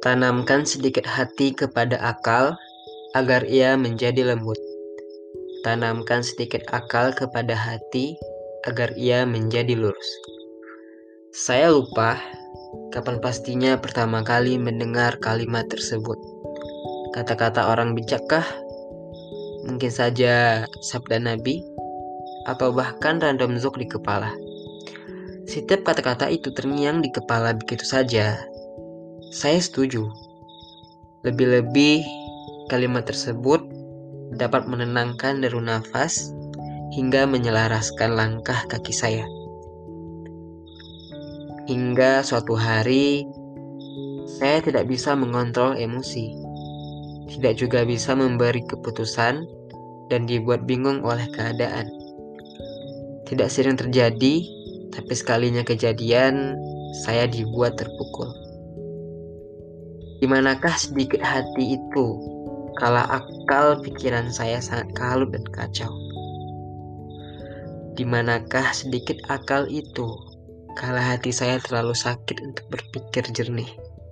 Tanamkan sedikit hati kepada akal agar ia menjadi lembut. Tanamkan sedikit akal kepada hati agar ia menjadi lurus. Saya lupa kapan pastinya pertama kali mendengar kalimat tersebut. Kata-kata orang bijakkah? Mungkin saja sabda Nabi, atau bahkan random joke di kepala. Setiap kata-kata itu terngiang di kepala begitu saja. Saya setuju. Lebih-lebih kalimat tersebut dapat menenangkan deru nafas hingga menyelaraskan langkah kaki saya. Hingga suatu hari, saya tidak bisa mengontrol emosi, tidak juga bisa memberi keputusan, dan dibuat bingung oleh keadaan. Tidak sering terjadi, tapi sekalinya kejadian, saya dibuat terpukul. Dimanakah sedikit hati itu, kala akal pikiran saya sangat kalut dan kacau? Dimanakah sedikit akal itu, kala hati saya terlalu sakit untuk berpikir jernih?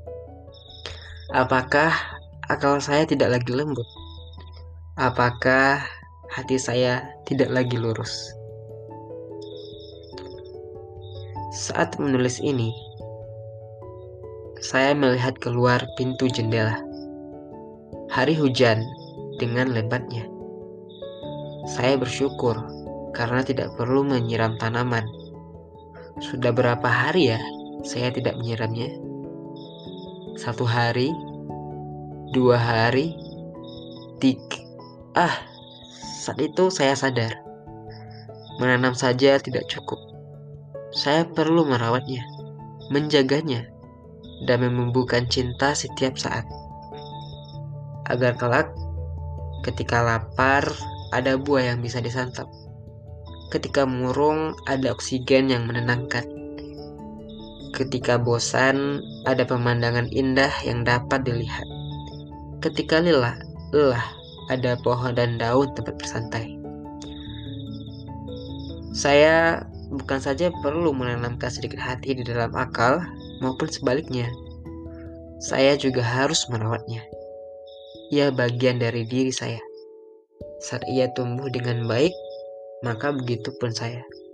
Apakah akal saya tidak lagi lembut? Apakah hati saya tidak lagi lurus? Saat menulis ini, saya melihat keluar pintu jendela. Hari hujan dengan lebatnya. Saya bersyukur karena tidak perlu menyiram tanaman. Sudah berapa hari ya saya tidak menyiramnya? 1 hari, 2 hari, 3. Saat itu saya sadar, menanam saja tidak cukup. Saya perlu merawatnya, menjaganya, dan menumbuhkan cinta setiap saat. Agar kelak, ketika lapar, ada buah yang bisa disantap. Ketika murung, ada oksigen yang menenangkan. Ketika bosan, ada pemandangan indah yang dapat dilihat. Ketika lelah, ada pohon dan daun tempat bersantai. Saya bukan saja perlu menanamkan sedikit hati di dalam akal, maupun sebaliknya. Saya juga harus merawatnya. Ia bagian dari diri saya. Saat ia tumbuh dengan baik, maka begitu pun saya.